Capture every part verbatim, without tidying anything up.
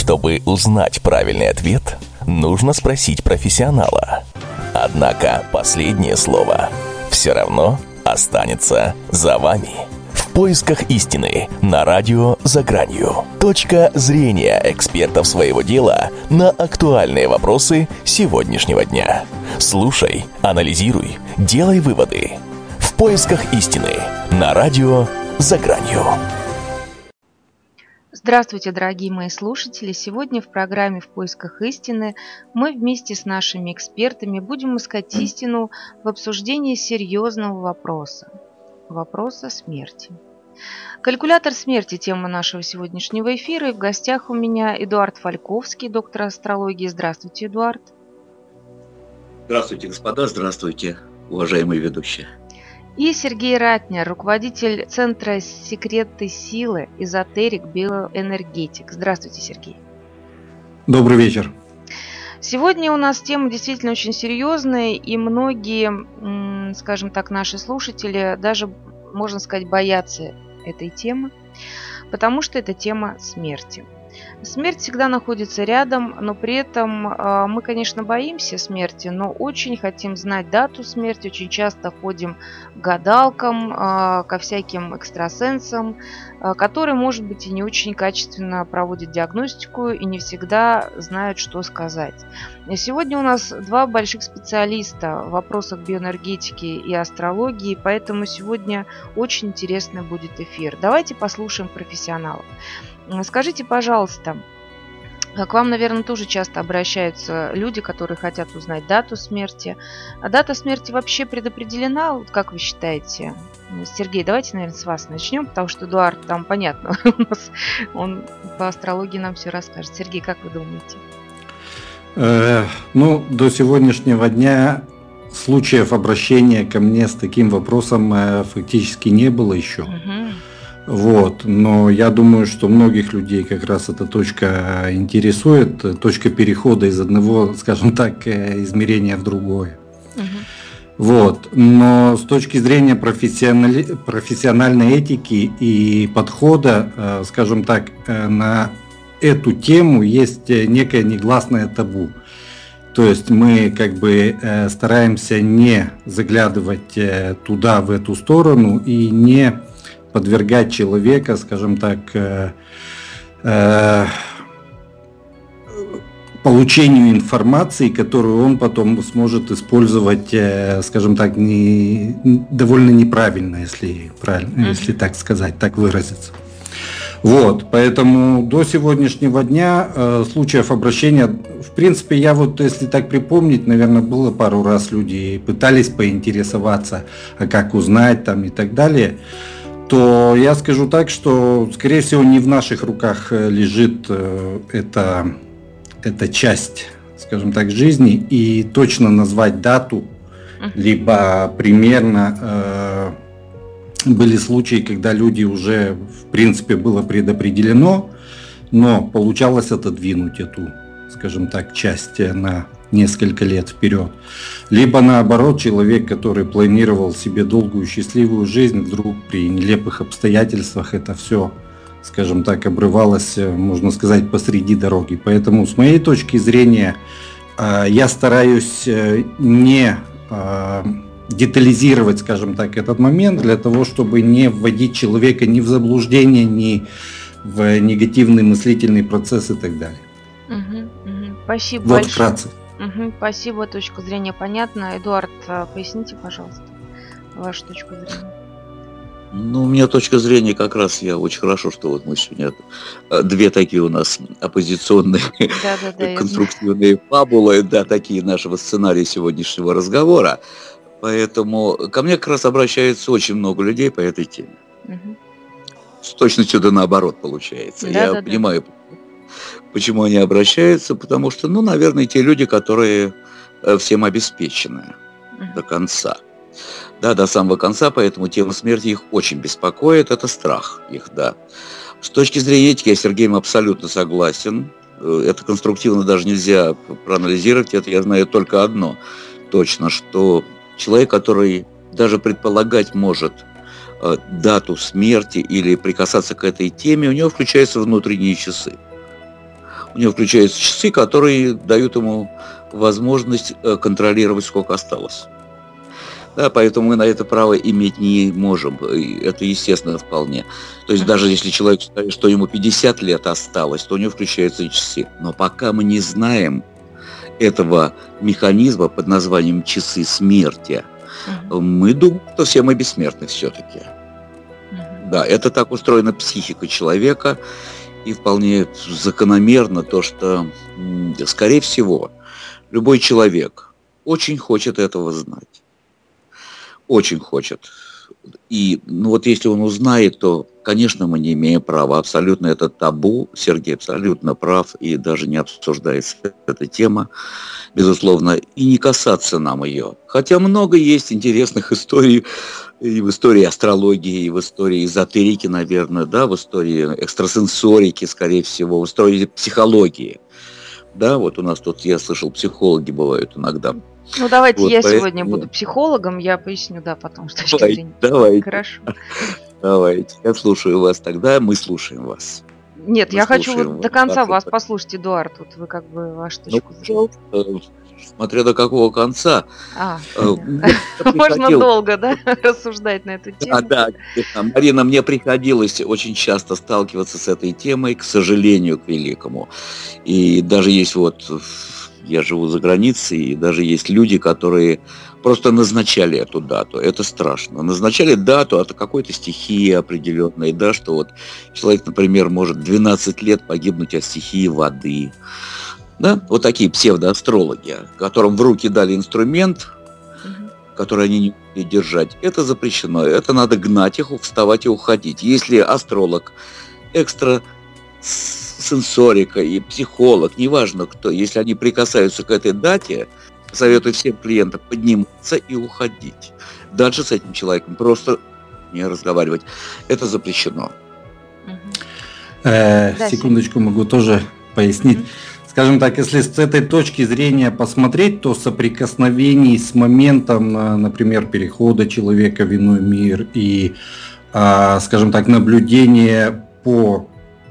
Чтобы узнать правильный ответ, нужно спросить профессионала. Однако последнее слово все равно останется за вами. В поисках истины на радио «За гранью». Точка зрения экспертов своего дела на актуальные вопросы сегодняшнего дня. Слушай, анализируй, делай выводы. В поисках истины на радио «За гранью». Здравствуйте, дорогие мои слушатели! Сегодня в программе «В поисках истины» мы вместе с нашими экспертами будем искать истину в обсуждении серьезного вопроса. Вопроса смерти. Калькулятор смерти – тема нашего сегодняшнего эфира. И в гостях у меня Эдуард Фальковский, доктор астрологии. Здравствуйте, Эдуард. Здравствуйте, господа. Здравствуйте, уважаемые ведущие. И Сергей Ратнер, руководитель Центра секреты силы, эзотерик, биоэнергетик. Здравствуйте, Сергей. Добрый вечер. Сегодня у нас тема действительно очень серьезная, и многие, скажем так, наши слушатели даже, можно сказать, боятся этой темы, потому что это тема смерти. Смерть всегда находится рядом, но при этом э, мы, конечно, боимся смерти, но очень хотим знать дату смерти, очень часто ходим к гадалкам, э, ко всяким экстрасенсам, э, которые, может быть, и не очень качественно проводят диагностику и не всегда знают, что сказать. И сегодня у нас два больших специалиста в вопросах биоэнергетики и астрологии, поэтому сегодня очень интересный будет эфир. Давайте послушаем профессионалов. Скажите, пожалуйста, к вам, наверное, тоже часто обращаются люди, которые хотят узнать дату смерти. А дата смерти вообще предопределена, как вы считаете? Сергей, давайте, наверное, с вас начнем, потому что Эдуард, там понятно, у нас он по астрологии нам все расскажет. Сергей, как вы думаете? Э, ну, до сегодняшнего дня случаев обращения ко мне с таким вопросом э, фактически не было еще. Угу. Вот, но я думаю, что многих людей как раз эта точка интересует, точка перехода из одного, скажем так, измерения в другое. Угу. Вот, но с точки зрения профессионали... профессиональной этики и подхода, скажем так, на эту тему есть некое негласное табу. То есть мы как бы стараемся не заглядывать туда, в эту сторону, и не подвергать человека, скажем так, э, э, получению информации, которую он потом сможет использовать, э, скажем так, не, довольно неправильно, если, правильно, mm-hmm. если так сказать, так выразиться. Вот, поэтому до сегодняшнего дня э, случаев обращения, в принципе, я вот, если так припомнить, наверное, было пару раз люди пытались поинтересоваться, а как узнать там и так далее, то я скажу так, что, скорее всего, не в наших руках лежит э, эта, эта часть, скажем так, жизни, и точно назвать дату, либо примерно э, были случаи, когда люди уже, в принципе, было предопределено, но получалось отодвинуть эту, скажем так, часть на несколько лет вперед. Либо наоборот, человек, который планировал себе долгую счастливую жизнь, вдруг при нелепых обстоятельствах это все, скажем так, обрывалось, можно сказать, посреди дороги. Поэтому с моей точки зрения я стараюсь не детализировать, скажем так, этот момент для того, чтобы не вводить человека ни в заблуждение, ни в негативный мыслительный процесс и так далее. Угу, угу. Спасибо вот большое. Вкратце. Угу, спасибо, точка зрения понятна. Эдуард, поясните, пожалуйста, вашу точку зрения. Ну, у меня точка зрения как раз, я очень хорошо, что вот мы сегодня две такие у нас оппозиционные, да, да, да, конструктивные фабулы, да, такие нашего сценария сегодняшнего разговора. Поэтому ко мне как раз обращается очень много людей по этой теме. Угу. С точностью да наоборот получается. Да, я да, понимаю, да. почему они обращаются, потому что, ну, наверное, те люди, которые всем обеспечены угу. до конца. Да, до самого конца, поэтому тема смерти их очень беспокоит, это страх их, да. С точки зрения этики я с Сергеем абсолютно согласен, это конструктивно даже нельзя проанализировать, это я знаю только одно, точно, что человек, который даже предполагать может э, дату смерти или прикасаться к этой теме, у него включаются внутренние часы. у него включаются часы, которые дают ему возможность контролировать, сколько осталось. Да, поэтому мы на это право иметь не можем. Это естественно вполне. То есть даже если человек считает, что ему пятьдесят лет осталось, то у него включаются и часы. Но пока мы не знаем этого механизма под названием часы смерти, uh-huh. мы думаем, что все мы бессмертны все-таки. Uh-huh. Да, это так устроена психика человека. И вполне закономерно то, что, скорее всего, любой человек очень хочет этого знать. Очень хочет. И ну вот если он узнает, то, конечно, мы не имеем права. Абсолютно это табу. Сергей абсолютно прав. И даже не обсуждается эта тема, безусловно. И не касаться нам ее. Хотя много есть интересных историй. И в истории астрологии, и в истории эзотерики, наверное, да, в истории экстрасенсорики, скорее всего, в истории психологии. Да, вот у нас тут, я слышал, психологи бывают иногда. Ну, давайте вот, я поэтому... сегодня буду психологом, я поясню, да, потом, с точки давайте, зрения. Давайте. Хорошо. Давайте, я слушаю вас тогда, мы слушаем вас. Нет, мы я хочу вот до конца вас это. послушать, Эдуард, вот вы как бы вашу точку зрения. Ну, смотря до какого конца. А, можно долго, да, рассуждать на эту тему. Да, да, Марина, мне приходилось очень часто сталкиваться с этой темой, к сожалению, к великому. И даже есть вот... Я живу за границей, и даже есть люди, которые просто назначали эту дату. Это страшно. Назначали дату от какой-то стихии определенной, да, что вот человек, например, может двенадцать лет погибнуть от стихии воды. Да? Вот такие псевдоастрологи, которым в руки дали инструмент, который они не могли держать. Это запрещено. Это надо гнать их, вставать и уходить. Если астролог, экстра... сенсорика и психолог, неважно кто, если они прикасаются к этой дате, советую всем клиентам подниматься и уходить. Дальше с этим человеком просто не разговаривать. Это запрещено. Э, да, секундочку, могу тоже пояснить. Скажем так, если с этой точки зрения посмотреть, то соприкосновений с моментом, например, перехода человека в иной мир и, скажем так, наблюдение по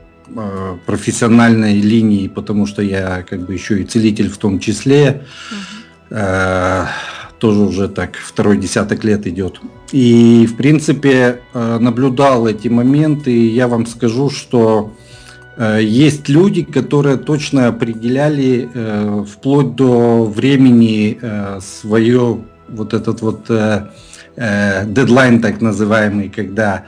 профессиональной линии, потому что я как бы еще и целитель в том числе, uh-huh. э, тоже уже так второй десяток лет идет. И в принципе э, наблюдал эти моменты, и я вам скажу, что э, есть люди, которые точно определяли э, вплоть до времени э, свое вот этот вот э, э, дедлайн так называемый, когда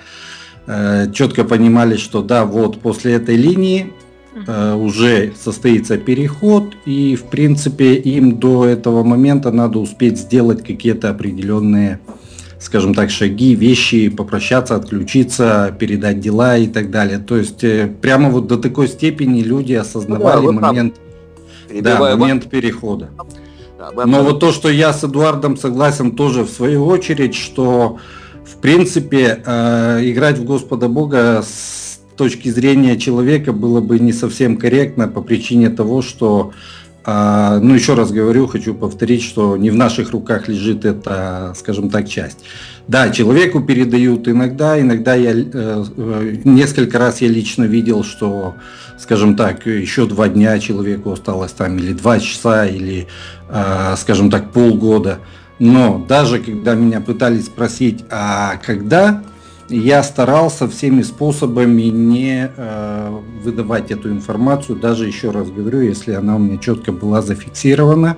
четко понимали, что да, вот после этой линии э, уже состоится переход, и в принципе им до этого момента надо успеть сделать какие-то определенные, скажем так, шаги, вещи, попрощаться, отключиться, передать дела и так далее. То есть э, прямо вот до такой степени люди осознавали да, момент, да, момент перехода. Да, но вот то, что я с Эдуардом согласен тоже в свою очередь, что в принципе, э, играть в Господа Бога с точки зрения человека было бы не совсем корректно по причине того, что, э, ну еще раз говорю, хочу повторить, что не в наших руках лежит эта, скажем так, часть. Да, человеку передают иногда, иногда я э, э, несколько раз я лично видел, что, скажем так, еще два дня человеку осталось там, или два часа, или, э, скажем так, полгода. Но даже когда меня пытались спросить, а когда, я старался всеми способами не э, выдавать эту информацию, даже еще раз говорю, если она у меня четко была зафиксирована,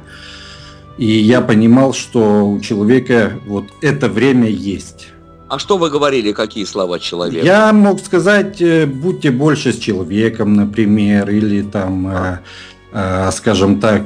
и я понимал, что у человека вот это время есть. А что вы говорили, какие слова человека? Я мог сказать, будьте больше с человеком, например, или там... Э, скажем так,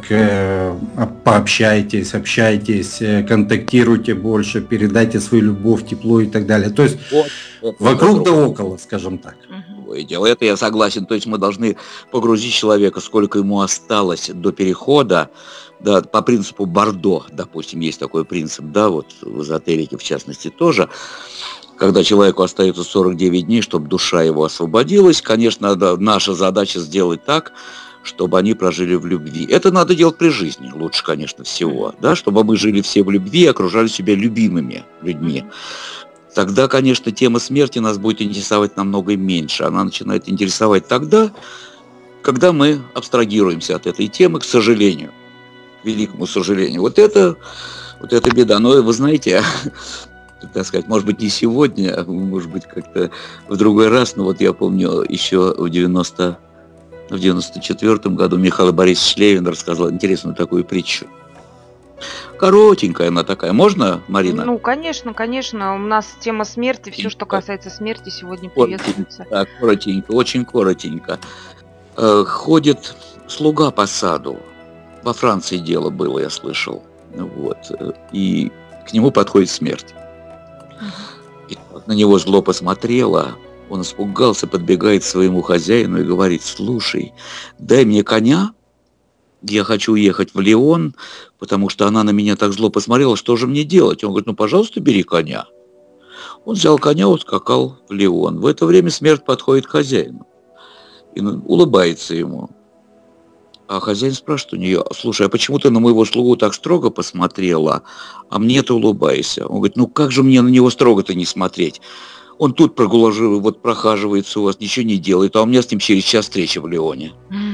пообщайтесь, общайтесь, контактируйте больше, передайте свою любовь, тепло и так далее. То есть вот, вот, вокруг да около, скажем так. Дело. Это я согласен. То есть мы должны погрузить человека, сколько ему осталось до перехода, да, по принципу Бордо, допустим, есть такой принцип, да, вот в эзотерике в частности тоже. Когда человеку остается сорок девять дней, чтобы душа его освободилась, конечно, да, наша задача сделать так, чтобы они прожили в любви. Это надо делать при жизни, лучше, конечно, всего, да, чтобы мы жили все в любви и окружали себя любимыми людьми. Тогда, конечно, тема смерти нас будет интересовать намного меньше. Она начинает интересовать тогда, когда мы абстрагируемся от этой темы, к сожалению, к великому сожалению, вот это, вот это беда. Но вы знаете, так сказать, может быть, не сегодня, а может быть, как-то в другой раз, но вот я помню, еще в девяносто, в девяносто четвёртом году Михаил Борисович Левин рассказал интересную такую притчу. Коротенькая она такая. Можно, Марина? Ну, конечно, конечно. У нас тема смерти, все, что касается смерти, сегодня приветствуется. Да, коротенько, очень коротенько. Ходит слуга по саду. Во Франции дело было, я слышал. Вот. И к нему подходит смерть. И на него зло посмотрела. Он испугался, подбегает к своему хозяину и говорит: слушай, дай мне коня, я хочу уехать в Лион, потому что она на меня так зло посмотрела, что же мне делать? Он говорит: ну, пожалуйста, бери коня. Он взял коня, ускакал в Лион. В это время смерть подходит к хозяину и улыбается ему. А хозяин спрашивает у нее: слушай, а почему ты на моего слугу так строго посмотрела, а мне ты улыбаешься? Он говорит: ну как же мне на него строго-то не смотреть? Он тут прогуляживает, вот прохаживается у вас, ничего не делает, а у меня с ним через час встреча в Лионе.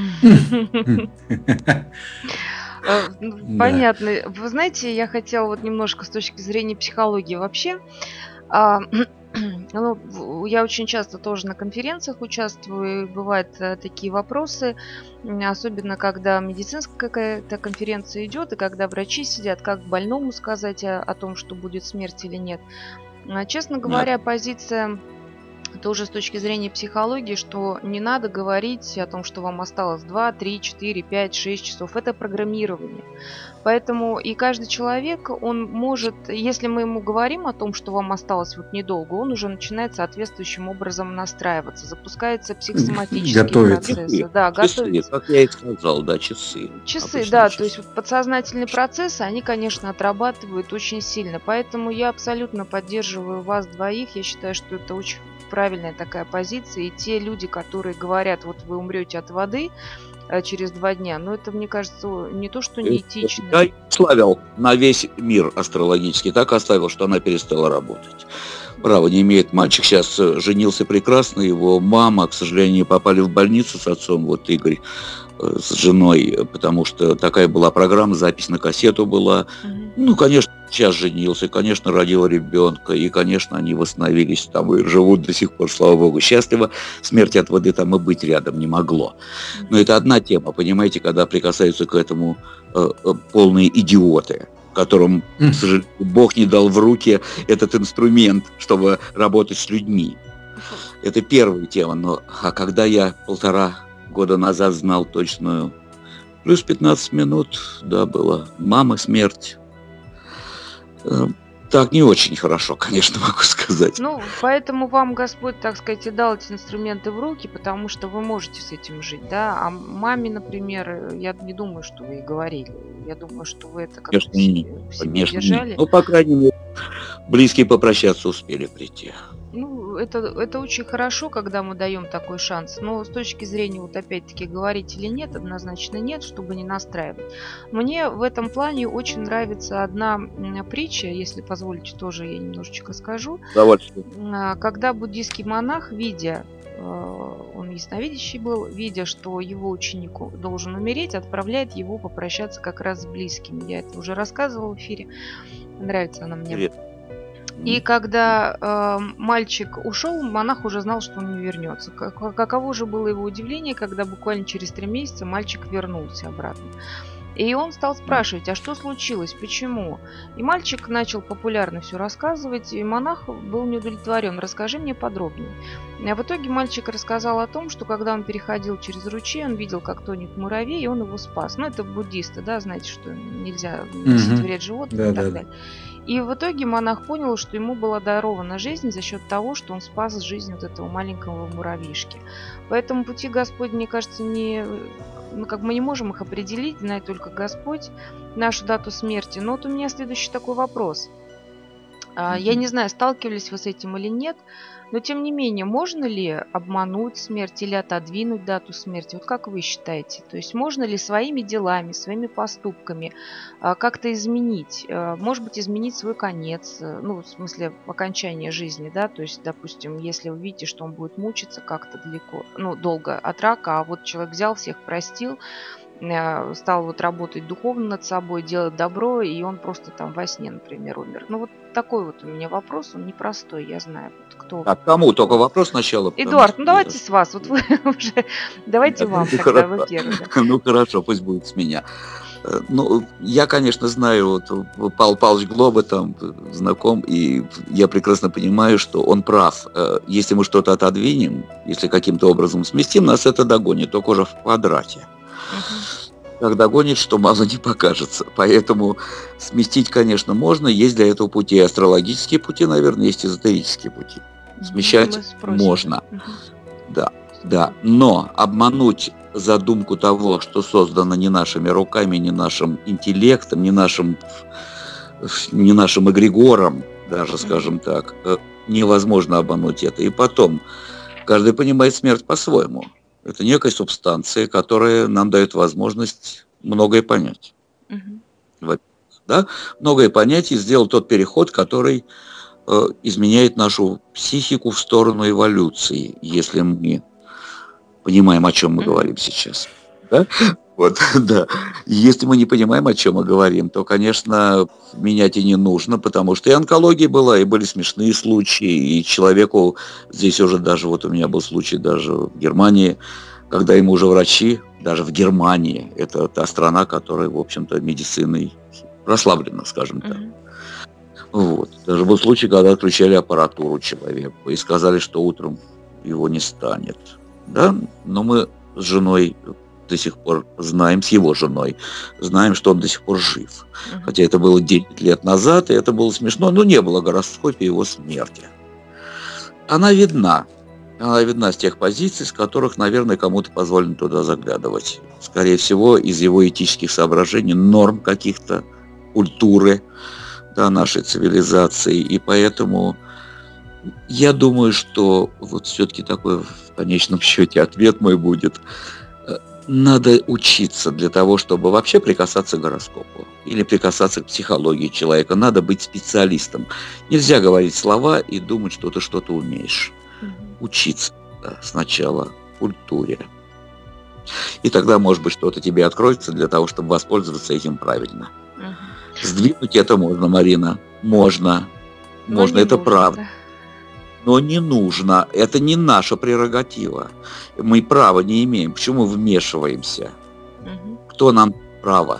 Понятно. Вы знаете, я хотела вот немножко с точки зрения психологии вообще. Ну, я очень часто тоже на конференциях участвую, бывают такие вопросы, особенно когда медицинская какая-то конференция идет, и когда врачи сидят, как больному сказать о, о том, что будет смерть или нет. Честно говоря, позиция тоже с точки зрения психологии, что не надо говорить о том, что вам осталось два, три, четыре, пять, шесть часов. Это программирование. Поэтому и каждый человек, он может, если мы ему говорим о том, что вам осталось вот недолго, он уже начинает соответствующим образом настраиваться. Запускаются психосоматические готовится. процессы. Да, часы, готовится. как я и сказал, да, часы. Часы, Обычно да, часы. то есть вот подсознательные процессы, они, конечно, отрабатывают очень сильно. Поэтому я абсолютно поддерживаю вас двоих. Я считаю, что это очень правильная такая позиция. И те люди, которые говорят: вот вы умрете от воды через два дня, но это, мне кажется, не то, что неэтично. Я славил на весь мир астрологический, так оставил, что она перестала работать. Право не имеет. Мальчик сейчас женился прекрасно, его мама, к сожалению, попали в больницу с отцом, вот Игорь с женой, потому что такая была программа, запись на кассету была. Mm-hmm. Ну, конечно, сейчас женился, конечно, родил ребенка, и, конечно, они восстановились там и живут до сих пор, слава богу, счастливо. Смерти от воды там и быть рядом не могло. Но это одна тема, понимаете, когда прикасаются к этому э, э, полные идиоты, которым, к сожалению, Бог не дал в руки этот инструмент, чтобы работать с людьми. Это первая тема. Но, а когда я полтора года назад знал точную, плюс пятнадцать минут, да, было, мама, смерть. Так, не очень хорошо, конечно, могу сказать. Ну, поэтому вам Господь, так сказать, и дал эти инструменты в руки, потому что вы можете с этим жить, да. А маме, например, я не думаю, что вы ей говорили. Я думаю, что вы это как-то в себе, в себе держали. Нет. Ну, по крайней мере, близкие попрощаться успели прийти. Ну, это, это очень хорошо, когда мы даем такой шанс. Но с точки зрения, вот опять-таки, говорить или нет, однозначно нет, чтобы не настраивать. Мне в этом плане очень нравится одна притча, если позволите, тоже я немножечко скажу. Довольно. Когда буддийский монах, видя, он ясновидящий был, видя, что его ученик должен умереть, отправляет его попрощаться как раз с близкими. Я это уже рассказывала в эфире. Нравится она мне. Привет. И когда э, мальчик ушел, монах уже знал, что он не вернется. Как, каково же было его удивление, когда буквально через три месяца мальчик вернулся обратно. И он стал спрашивать: а что случилось, почему? И мальчик начал популярно все рассказывать, и монах был неудовлетворен. Расскажи мне подробнее. А в итоге мальчик рассказал о том, что когда он переходил через ручей, он видел, как тонет муравей, и он его спас. Ну, это буддисты, да, знаете, что нельзя наносить mm-hmm. вред животным да, и так да, далее. И в итоге монах понял, что ему была дарована жизнь за счет того, что он спас жизнь вот этого маленького муравьишки. Поэтому пути Господь, мне кажется, не, ну, как мы не можем их определить, знает только Господь нашу дату смерти. Но вот у меня следующий такой вопрос. Я не знаю, сталкивались вы с этим или нет, но тем не менее, можно ли обмануть смерть или отодвинуть дату смерти? Вот как вы считаете? То есть можно ли своими делами, своими поступками как-то изменить? Может быть, изменить свой конец, ну, в смысле, окончание жизни, да? То есть, допустим, если вы видите, что он будет мучиться как-то далеко, ну, долго от рака, а вот человек взял, всех простил, стал вот работать духовно над собой, делать добро, и он просто там во сне, например, умер. Ну вот такой вот у меня вопрос, он непростой, я знаю. Вот кто... А кому? Только вопрос сначала. Эдуард, ну давайте с вас, вот вы уже, давайте вам тогда, вы первый. Ну хорошо, пусть будет с меня. Ну, я, конечно, знаю, вот Павел Павлович Глоба там знаком, и я прекрасно понимаю, что он прав. Если мы что-то отодвинем, если каким-то образом сместим, нас это догонит, только уже в квадрате. Как догонит, что мало не покажется. Поэтому сместить, конечно, можно. Есть для этого пути астрологические пути, наверное, есть эзотерические пути. Смещать можно. Да, да. Но обмануть задумку того, что создано не нашими руками, не нашим интеллектом, не нашим, не нашим эгрегором, даже, скажем так, невозможно обмануть это. И потом, каждый понимает смерть по-своему. Это некая субстанция, которая нам дает возможность многое понять. Uh-huh. Да? Многое понять и сделать тот переход, который э, изменяет нашу психику в сторону эволюции, если мы понимаем, о чем мы uh-huh. говорим сейчас. Да? Вот, да. Если мы не понимаем, о чем мы говорим, то, конечно, менять и не нужно, потому что и онкология была, и были смешные случаи, и человеку здесь уже даже, вот у меня был случай даже в Германии, когда ему уже врачи, даже в Германии, это та страна, которая, в общем-то, медициной прославлена, скажем так. Mm-hmm. Вот. Даже был случай, когда отключали аппаратуру человеку и сказали, что утром его не станет. Да? Но мы с женой до сих пор знаем, с его женой, знаем, что он до сих пор жив. Uh-huh. Хотя это было десять лет назад, и это было смешно, но не было гороскопа его смерти. Она видна. Она видна с тех позиций, с которых, наверное, кому-то позволено туда заглядывать. Скорее всего, из его этических соображений, норм каких-то, культуры, да, нашей цивилизации. И поэтому я думаю, что вот все-таки такой в конечном счете ответ мой будет: надо учиться для того, чтобы вообще прикасаться к гороскопу или прикасаться к психологии человека. Надо быть специалистом. Нельзя говорить слова и думать, что ты что-то умеешь. Учиться, да, сначала культуре. И тогда, может быть, что-то тебе откроется для того, чтобы воспользоваться этим правильно. Угу. Сдвинуть это можно, Марина. Можно. Но можно, это нужно, правда. Да. Но не нужно. Это не наша прерогатива. Мы права не имеем. Почему вмешиваемся? Угу. Кто нам право?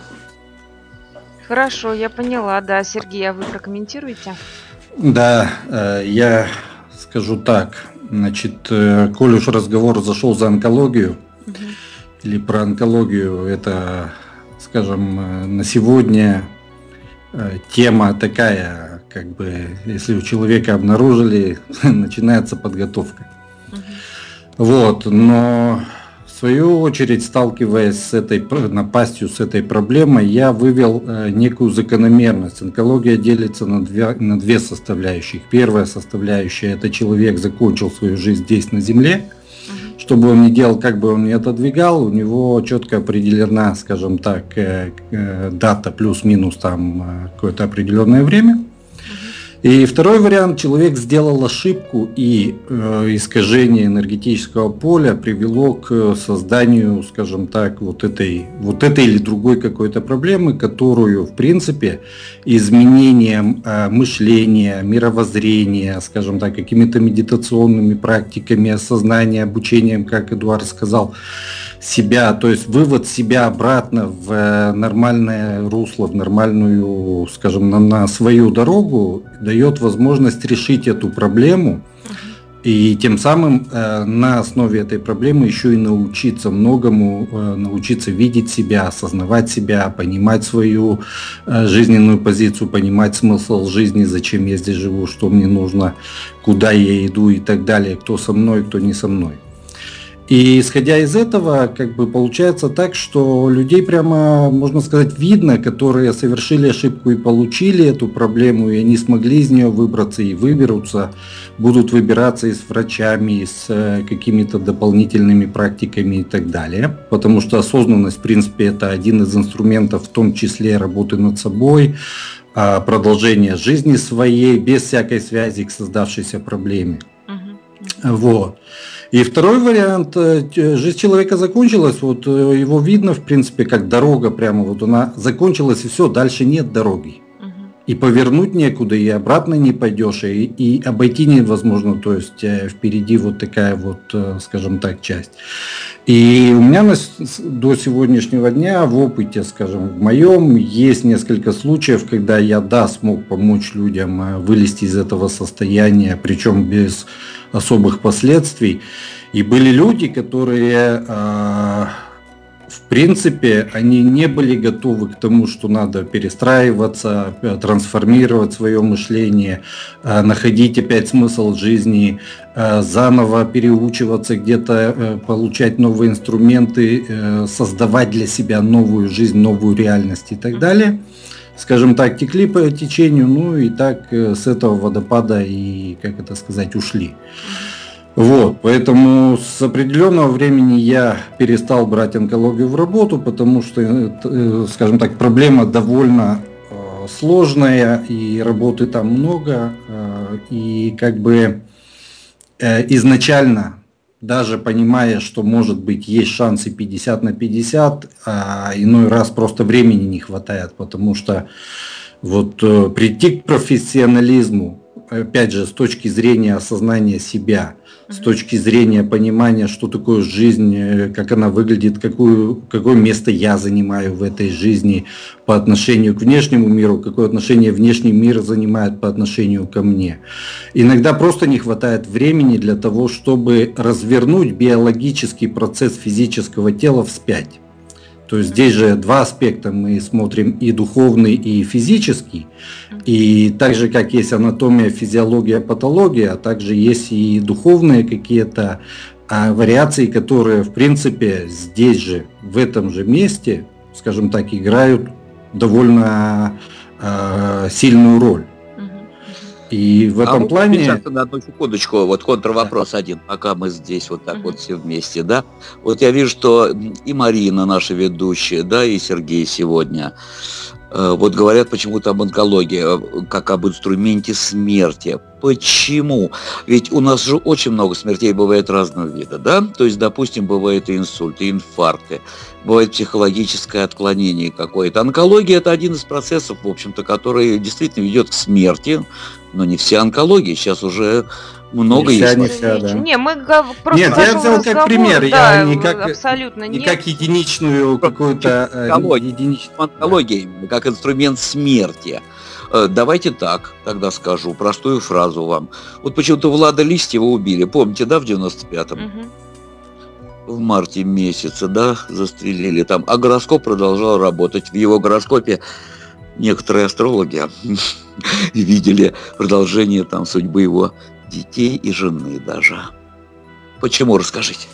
Хорошо, я поняла. Да, Сергей, а вы прокомментируете? Да, э, я скажу так. Значит, э, коль уж разговор зашел за онкологию, угу. или про онкологию, это, скажем, э, на сегодня э, тема такая, как бы, если у человека обнаружили, начинается подготовка. Угу. Вот, но в свою очередь, сталкиваясь с этой напастью, с этой проблемой, я вывел э, некую закономерность. Онкология делится на две, на две составляющих. Первая составляющая – это человек закончил свою жизнь здесь на Земле. Угу. Что бы он ни делал, как бы он ни отодвигал, у него четко определена, скажем так, э, э, дата плюс-минус там э, какое-то определенное время. И второй вариант: человек сделал ошибку, и э, искажение энергетического поля привело к созданию, скажем так, вот этой, вот этой или другой какой-то проблемы, которую, в принципе, изменением э, мышления, мировоззрения, скажем так, какими-то медитационными практиками, осознанием, обучением, как Эдуард сказал, себя, то есть вывод себя обратно в нормальное русло, в нормальную, скажем, на, на свою дорогу, дает возможность решить эту проблему, uh-huh. и тем самым э, на основе этой проблемы еще и научиться многому, э, научиться видеть себя, осознавать себя, понимать свою э, жизненную позицию, понимать смысл жизни, зачем я здесь живу, что мне нужно, куда я иду и так далее, кто со мной, кто не со мной. И исходя из этого, как бы получается так, что людей прямо, можно сказать, видно, которые совершили ошибку и получили эту проблему, и они смогли из нее выбраться и выберутся, будут выбираться и с врачами, и с какими-то дополнительными практиками и так далее. Потому что осознанность, в принципе, это один из инструментов, в том числе работы над собой, продолжения жизни своей, без всякой связи к создавшейся проблеме. Uh-huh. Вот. И второй вариант, жизнь человека закончилась, вот его видно, в принципе, как дорога прямо, вот она закончилась и все, дальше нет дороги. Угу. И повернуть некуда, и обратно не пойдешь, и, и обойти невозможно, то есть впереди вот такая вот, скажем так, часть. И у меня на, до сегодняшнего дня в опыте, скажем, в моем, есть несколько случаев, когда я, да, смог помочь людям вылезти из этого состояния, причем без особых последствий. И были люди, которые, э, в принципе, они не были готовы к тому, что надо перестраиваться, трансформировать свое мышление, э, находить опять смысл жизни, э, заново переучиваться, где-то э, получать новые инструменты, э, создавать для себя новую жизнь, новую реальность и так далее. Скажем так, текли по течению, ну и так с этого водопада и, как это сказать, ушли. Вот, поэтому с определенного времени я перестал брать онкологию в работу, потому что, скажем так, проблема довольно сложная, и работы там много, и как бы изначально, даже понимая, что, может быть, есть шансы пятьдесят на пятьдесят, а иной раз просто времени не хватает, потому что вот прийти к профессионализму, опять же, с точки зрения осознания себя, с точки зрения понимания, что такое жизнь, как она выглядит, какую, какое место я занимаю в этой жизни по отношению к внешнему миру, какое отношение внешний мир занимает по отношению ко мне. Иногда просто не хватает времени для того, чтобы развернуть биологический процесс физического тела вспять. То есть здесь же два аспекта мы смотрим, и духовный, и физический. И так же, как есть анатомия, физиология, патология, а также есть и духовные какие-то а, вариации, которые, в принципе, здесь же, в этом же месте, скажем так, играют довольно а, сильную роль. И в этом а плане... Вот, на одну секундочку, вот контрвопрос да. один, пока мы здесь вот так uh-huh. вот все вместе, да. Вот я вижу, что и Марина, наша ведущая, да, и Сергей сегодня, э, вот говорят почему-то об онкологии, как об инструменте смерти. Почему? Ведь у нас же очень много смертей бывает разного вида, да? То есть, допустим, бывают и инсульты, и инфаркты, бывает психологическое отклонение какое-то. Онкология – это один из процессов, в общем-то, который действительно ведет к смерти, но не все онкологии. Сейчас уже много не есть. Вся, не, вся, да. не, мы просто Нет, я взял разговор, как пример, да, я не как, абсолютно не нет. как единичную какую-то... Онкология, единич... онкология да. как инструмент смерти. Давайте так, тогда скажу простую фразу вам. Вот почему-то Влада Листьева убили, помните, да, в девяносто пятом? Угу. В марте месяце, да, застрелили там. А гороскоп продолжал работать. В его гороскопе некоторые астрологи видели продолжение там судьбы его детей и жены даже. Почему, расскажите?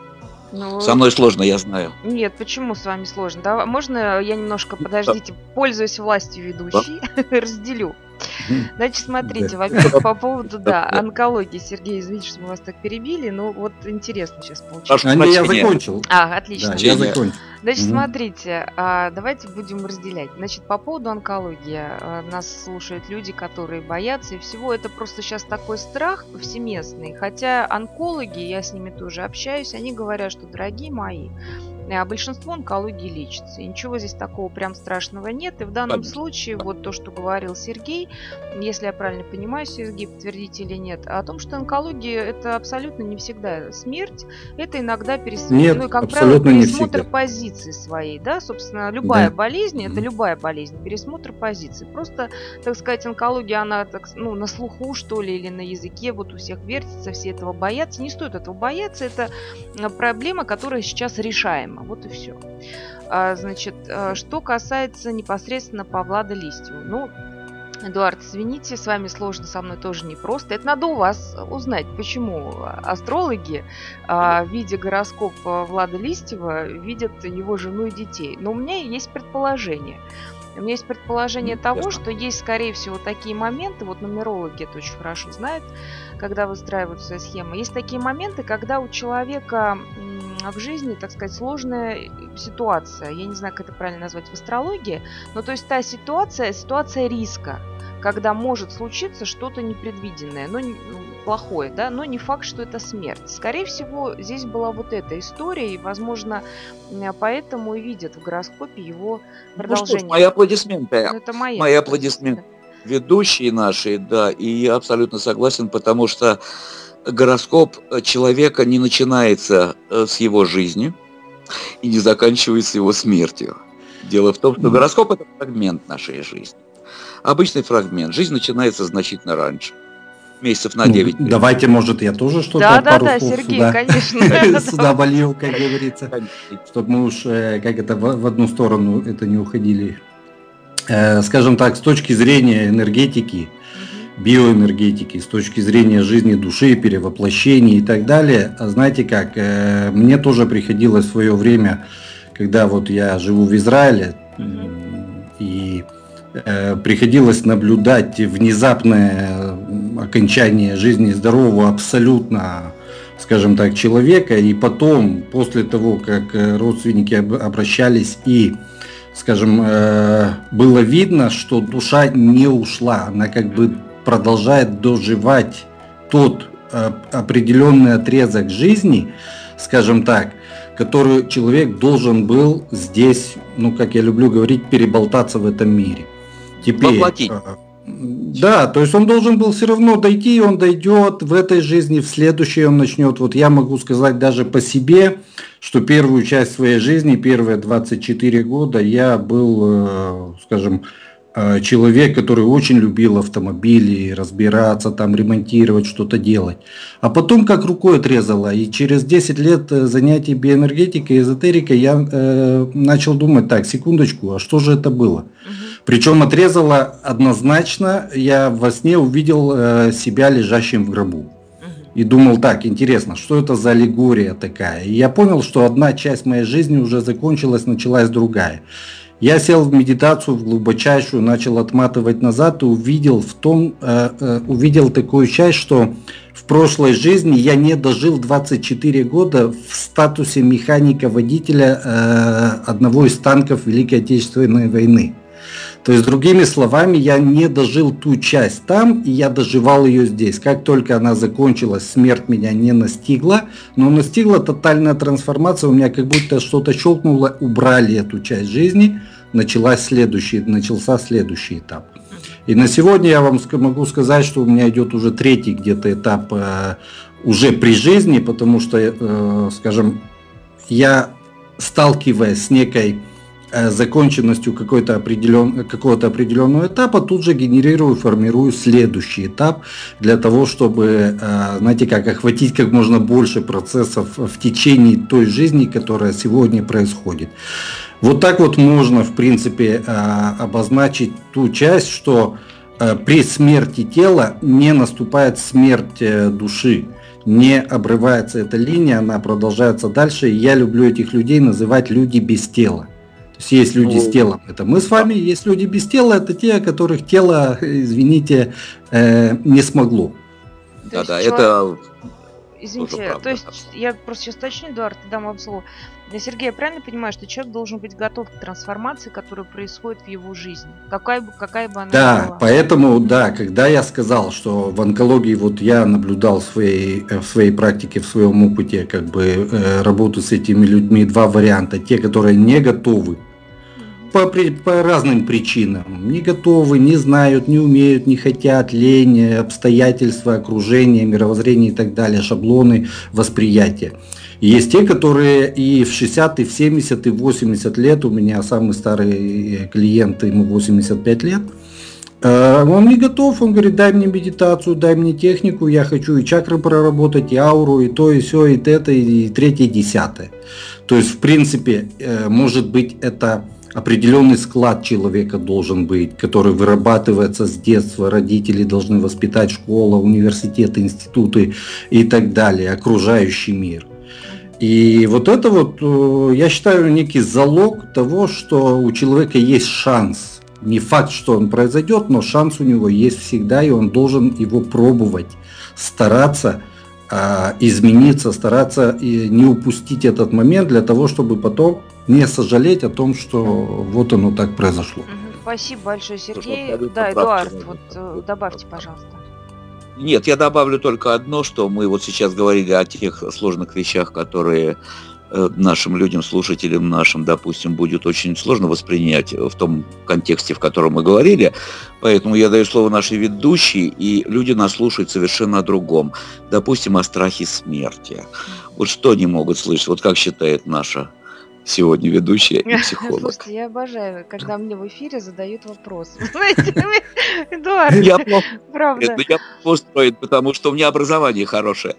Ну, со мной сложно, я знаю. Нет, почему с вами сложно? Да, можно я немножко, подождите, пользуясь властью ведущей, разделю. Значит, смотрите, во-первых, по поводу, да, онкологии, Сергей, извините, что мы вас так перебили, но вот интересно сейчас получилось. А я закончил. А, отлично. Да, я закончил. Значит, угу. смотрите, давайте будем разделять. Значит, по поводу онкологии, нас слушают люди, которые боятся, и всего это просто сейчас такой страх повсеместный. Хотя онкологи, я с ними тоже общаюсь, они говорят, что, дорогие мои, большинство онкологии лечится. И ничего здесь такого прям страшного нет. И в данном Конечно. случае, вот то, что говорил Сергей, если я правильно понимаю, Сергей, подтвердите или нет, о том, что онкология это абсолютно не всегда смерть, это иногда пересмотр, нет, ну, как правило, пересмотр позиции своей. Да? Собственно, любая да. болезнь, это любая болезнь, пересмотр позиции. Просто, так сказать, онкология, она так, ну, на слуху, что ли, или на языке, вот у всех вертится, все этого боятся. Не стоит этого бояться, это проблема, которая сейчас решаема. Вот и все. А, значит, что касается непосредственно по Владу Листьеву. Ну, Эдуард, извините, с вами сложно, со мной тоже непросто. Это надо у вас узнать, почему астрологи в виде гороскопа Влада Листьева видят его жену и детей. Но у меня есть предположение. У меня есть предположение mm, того, ясно. Что есть, скорее всего, такие моменты, вот нумерологи это очень хорошо знают, когда выстраивают свои схемы. Есть такие моменты, когда у человека в жизни, так сказать, сложная ситуация. Я не знаю, как это правильно назвать в астрологии, но то есть та ситуация, ситуация риска, когда может случиться что-то непредвиденное, но не, плохое, да, но не факт, что это смерть. Скорее всего, здесь была вот эта история, и, возможно, поэтому и видят в гороскопе его продолжение. Ну что ж, мои аплодисменты. Это мои, мои аплодисменты. Ведущие наши, да, и я абсолютно согласен, потому что гороскоп человека не начинается с его жизни и не заканчивается его смертью. Дело в том, что гороскоп – это фрагмент нашей жизни. Обычный фрагмент. Жизнь начинается значительно раньше. Месяцев на девять. Ну, давайте, может, я тоже что-то да, пару да, да, слов Сергей, сюда, конечно. сюда волью, как говорится, чтобы мы уж как это в одну сторону это не уходили. Скажем так, с точки зрения энергетики, биоэнергетики, с точки зрения жизни души, перевоплощений и так далее, знаете как, мне тоже приходилось в свое время, когда вот я живу в Израиле, и приходилось наблюдать внезапное окончание жизни здорового абсолютно, скажем так, человека, и потом, после того, как родственники обращались и, скажем, было видно, что душа не ушла, она как бы продолжает доживать тот определенный отрезок жизни, скажем так, который человек должен был здесь, ну, как я люблю говорить, переболтаться в этом мире. Теперь, воплотить. Да, то есть он должен был все равно дойти, и он дойдет в этой жизни, в следующей он начнет. Вот я могу сказать даже по себе, что первую часть своей жизни, первые двадцать четыре года, я был, скажем, человек, который очень любил автомобили, разбираться, там, ремонтировать, что-то делать. А потом как рукой отрезало, и через десять лет занятий биоэнергетикой, эзотерикой я э, начал думать, так, секундочку, а что же это было? Причем отрезало однозначно, я во сне увидел э, себя лежащим в гробу. И думал, так, интересно, что это за аллегория такая? И я понял, что одна часть моей жизни уже закончилась, началась другая. Я сел в медитацию, в глубочайшую, начал отматывать назад и увидел, в том, э, э, увидел такую часть, что в прошлой жизни я не дожил двадцать четыре года в статусе механика-водителя э, одного из танков Великой Отечественной войны. То есть, другими словами, я не дожил ту часть там, и я доживал ее здесь. Как только она закончилась, смерть меня не настигла, но настигла тотальная трансформация, у меня как будто что-то щелкнуло, убрали эту часть жизни, началась следующий, начался следующий этап. И на сегодня я вам могу сказать, что у меня идет уже третий где-то этап э, уже при жизни, потому что, э, скажем, я, сталкиваясь с некой законченностью какой-то определен, какого-то определенного этапа, тут же генерирую, формирую следующий этап для того, чтобы, знаете, как охватить как можно больше процессов в течение той жизни, которая сегодня происходит. Вот так вот можно, в принципе, обозначить ту часть, что при смерти тела не наступает смерть души. Не обрывается эта линия, она продолжается дальше. И я люблю этих людей называть люди без тела. Есть люди с телом, это мы с вами, есть люди без тела, это те, которых тело, извините, э, не смогло. Да, да, это... Извините, то есть я просто сейчас уточню, Эдуард, дам вам слово. Сергей, я правильно понимаю, что человек должен быть готов к трансформации, которая происходит в его жизни, какая бы, какая бы она да, была? Поэтому, да, когда я сказал, что в онкологии, вот я наблюдал в своей, в своей практике, в своем опыте, как бы э, работу с этими людьми, два варианта. Те, которые не готовы, По, по разным причинам. Не готовы, не знают, не умеют, не хотят, лень, обстоятельства, окружение, мировоззрение и так далее, шаблоны восприятия. И есть те, которые и в шестьдесят, и в семьдесят, и в восемьдесят лет, у меня самый старый клиент, ему восемьдесят пять лет, он не готов, он говорит, дай мне медитацию, дай мне технику, я хочу и чакры проработать, и ауру, и то, и все, и это, и третье, и десятое. То есть, в принципе, может быть, это определенный склад человека должен быть, который вырабатывается с детства, родители должны воспитать, школа, университеты, институты и так далее, окружающий мир. И вот это вот, я считаю, некий залог того, что у человека есть шанс. Не факт, что он произойдет, но шанс у него есть всегда, и он должен его пробовать, стараться измениться, стараться не упустить этот момент для того, чтобы потом не сожалеть о том, что вот оно так произошло. Спасибо большое, Сергей. Да, Эдуард, вот добавьте, пожалуйста. Нет, я добавлю только одно, что мы вот сейчас говорили о тех сложных вещах, которые нашим людям, слушателям нашим, допустим, будет очень сложно воспринять в том контексте, в котором мы говорили. Поэтому я даю слово нашей ведущей, и люди нас слушают совершенно о другом. Допустим, о страхе смерти. Вот что они могут слышать? Вот как считает наша сегодня ведущая и психолог? Слушайте, я обожаю, когда мне в эфире задают вопросы. Знаете, Эдуард, я правда. Я устроен, потому что у меня образование хорошее.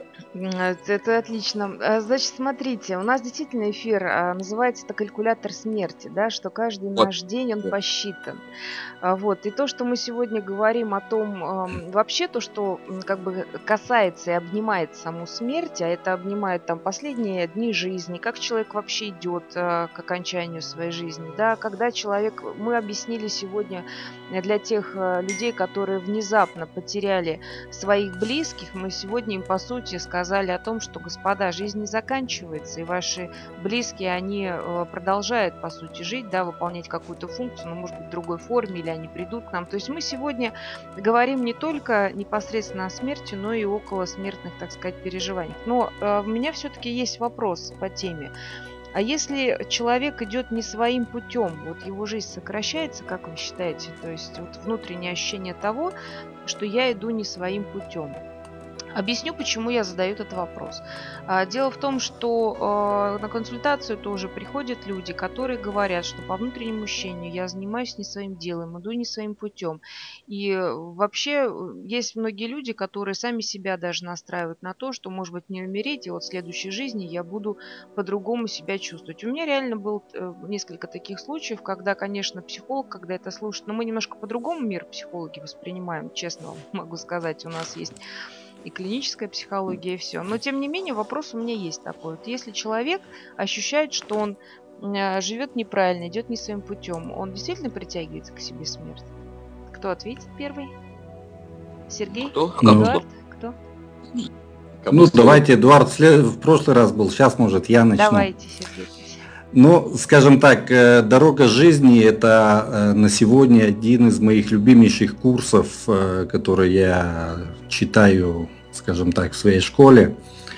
Это отлично. Значит, смотрите, у нас действительно эфир называется это «Калькулятор смерти», да, что каждый вот. Наш день он посчитан. Вот. И то, что мы сегодня говорим о том, вообще то, что как бы касается и обнимает саму смерть, а это обнимает там последние дни жизни, как человек вообще идет к окончанию своей жизни, да, когда человек, мы объяснили сегодня для тех людей, которые внезапно потеряли своих близких, мы сегодня им по сути сказали, сказали о том, что, господа, жизнь не заканчивается, и ваши близкие, они продолжают, по сути, жить, да, выполнять какую-то функцию, но, может быть, в другой форме, или они придут к нам. То есть мы сегодня говорим не только непосредственно о смерти, но и около смертных, так сказать, переживаниях. Но э, у меня все-таки есть вопрос по теме. А если человек идет не своим путем, вот его жизнь сокращается, как вы считаете? То есть вот внутреннее ощущение того, что я иду не своим путем. Объясню, почему я задаю этот вопрос. Дело в том, что на консультацию тоже приходят люди, которые говорят, что по внутреннему ощущению я занимаюсь не своим делом, иду не своим путем. И вообще есть многие люди, которые сами себя даже настраивают на то, что, может быть, не умереть, и вот в следующей жизни я буду по-другому себя чувствовать. У меня реально было несколько таких случаев, когда, конечно, психолог, когда это слушает, но мы немножко по-другому мир психологи воспринимаем, честно вам могу сказать, у нас есть и клиническая психология, и все. Но, тем не менее, вопрос у меня есть такой. Вот если человек ощущает, что он живет неправильно, идет не своим путем, он действительно притягивается к себе смерть? Кто ответит первый? Сергей? Кто? Эдуард? Кто? Ну, давайте, Эдуард в прошлый раз был, сейчас, может, я начну. Давайте, Сергей. Ну, скажем так, «Дорога жизни» – это на сегодня один из моих любимейших курсов, который я читаю, скажем так, в своей школе.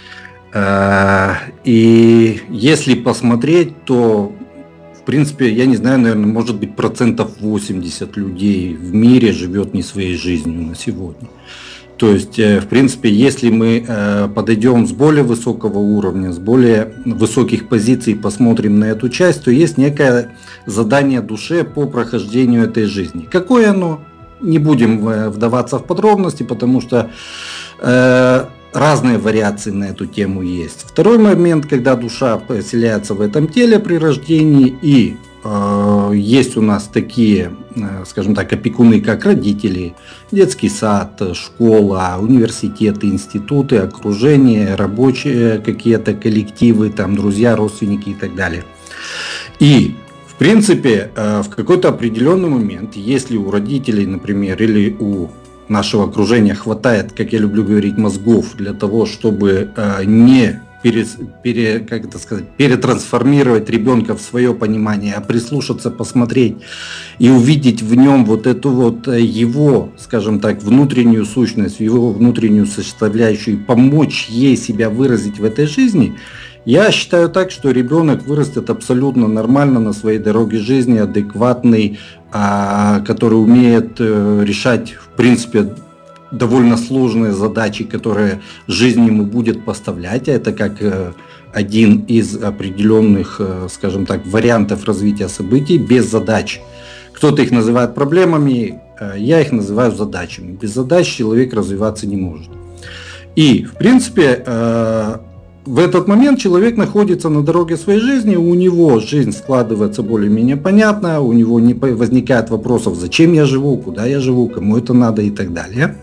И если посмотреть, то, в принципе, я не знаю, наверное, может быть, процентов восемьдесят людей в мире живет не своей жизнью на сегодня. То есть, в принципе, если мы подойдем с более высокого уровня, с более высоких позиций, посмотрим на эту часть, то есть некое задание душе по прохождению этой жизни. Какое оно? Не будем вдаваться в подробности, потому что разные вариации на эту тему есть. Второй момент, когда душа поселяется в этом теле при рождении, и э, есть у нас такие, э, скажем так, опекуны, как родители, детский сад, школа, университеты, институты, окружение, рабочие какие-то коллективы, там, друзья, родственники и так далее. И в принципе, э, в какой-то определенный момент, если у родителей, например, или у нашего окружения хватает, как я люблю говорить, мозгов для того, чтобы э, не пере, пере, как это сказать, перетрансформировать ребенка в свое понимание, а прислушаться, посмотреть и увидеть в нем вот эту вот его, скажем так, внутреннюю сущность, его внутреннюю составляющую, помочь ей себя выразить в этой жизни. Я считаю так, что ребенок вырастет абсолютно нормально на своей дороге жизни, адекватный, который умеет решать, в принципе, довольно сложные задачи, которые жизнь ему будет поставлять. Это как один из определенных, скажем так, вариантов развития событий без задач. Кто-то их называет проблемами, я их называю задачами. Без задач человек развиваться не может. И, в принципе, в этот момент человек находится на дороге своей жизни, у него жизнь складывается более-менее понятно, у него не возникает вопросов, зачем я живу, куда я живу, кому это надо и так далее.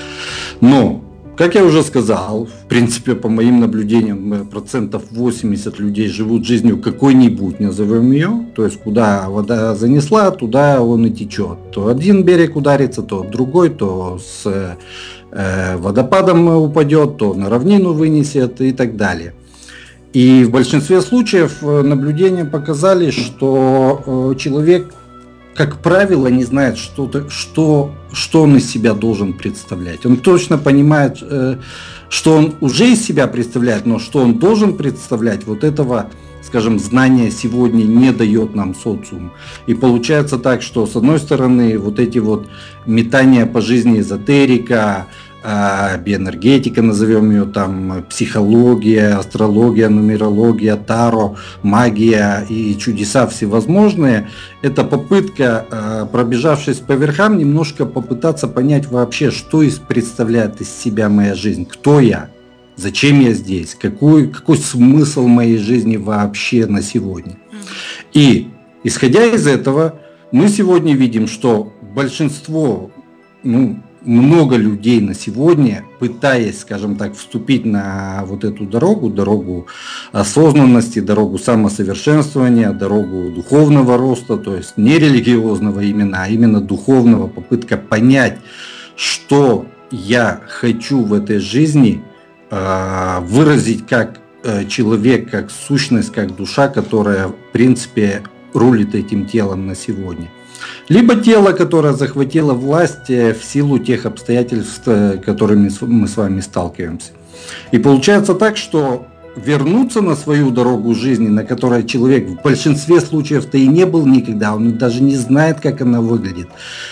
Но, как я уже сказал, в принципе, по моим наблюдениям, процентов восемьдесят людей живут жизнью какой-нибудь, назовем ее, то есть куда вода занесла, туда он и течет. То один берег ударится, то другой, то с э, водопадом упадет, то на равнину вынесет и так далее. И в большинстве случаев наблюдения показали, что э, человек, как правило, не знает, что, что, что он из себя должен представлять. Он точно понимает, э, что он уже из себя представляет, но что он должен представлять, вот этого, скажем, знания сегодня не дает нам социум. И получается так, что с одной стороны вот эти вот метания по жизни эзотерика, биоэнергетика, назовем ее там, психология, астрология, нумерология, таро, магия и чудеса всевозможные, это попытка, пробежавшись по верхам, немножко попытаться понять вообще, что из представляет из себя моя жизнь, кто я, зачем я здесь, какой, какой смысл моей жизни вообще на сегодня. И исходя из этого, мы сегодня видим, что большинство, ну, много людей на сегодня, пытаясь, скажем так, вступить на вот эту дорогу, дорогу осознанности, дорогу самосовершенствования, дорогу духовного роста, то есть не религиозного именно, а именно духовного, попытка понять, что я хочу в этой жизни, выразить как человек, как сущность, как душа, которая, в принципе, рулит этим телом на сегодня. Либо тело, которое захватило власть в силу тех обстоятельств, которыми мы с вами сталкиваемся. И получается так, что вернуться на свою дорогу жизни, на которой человек в большинстве случаев-то и не был никогда, он даже не знает, как она выглядит.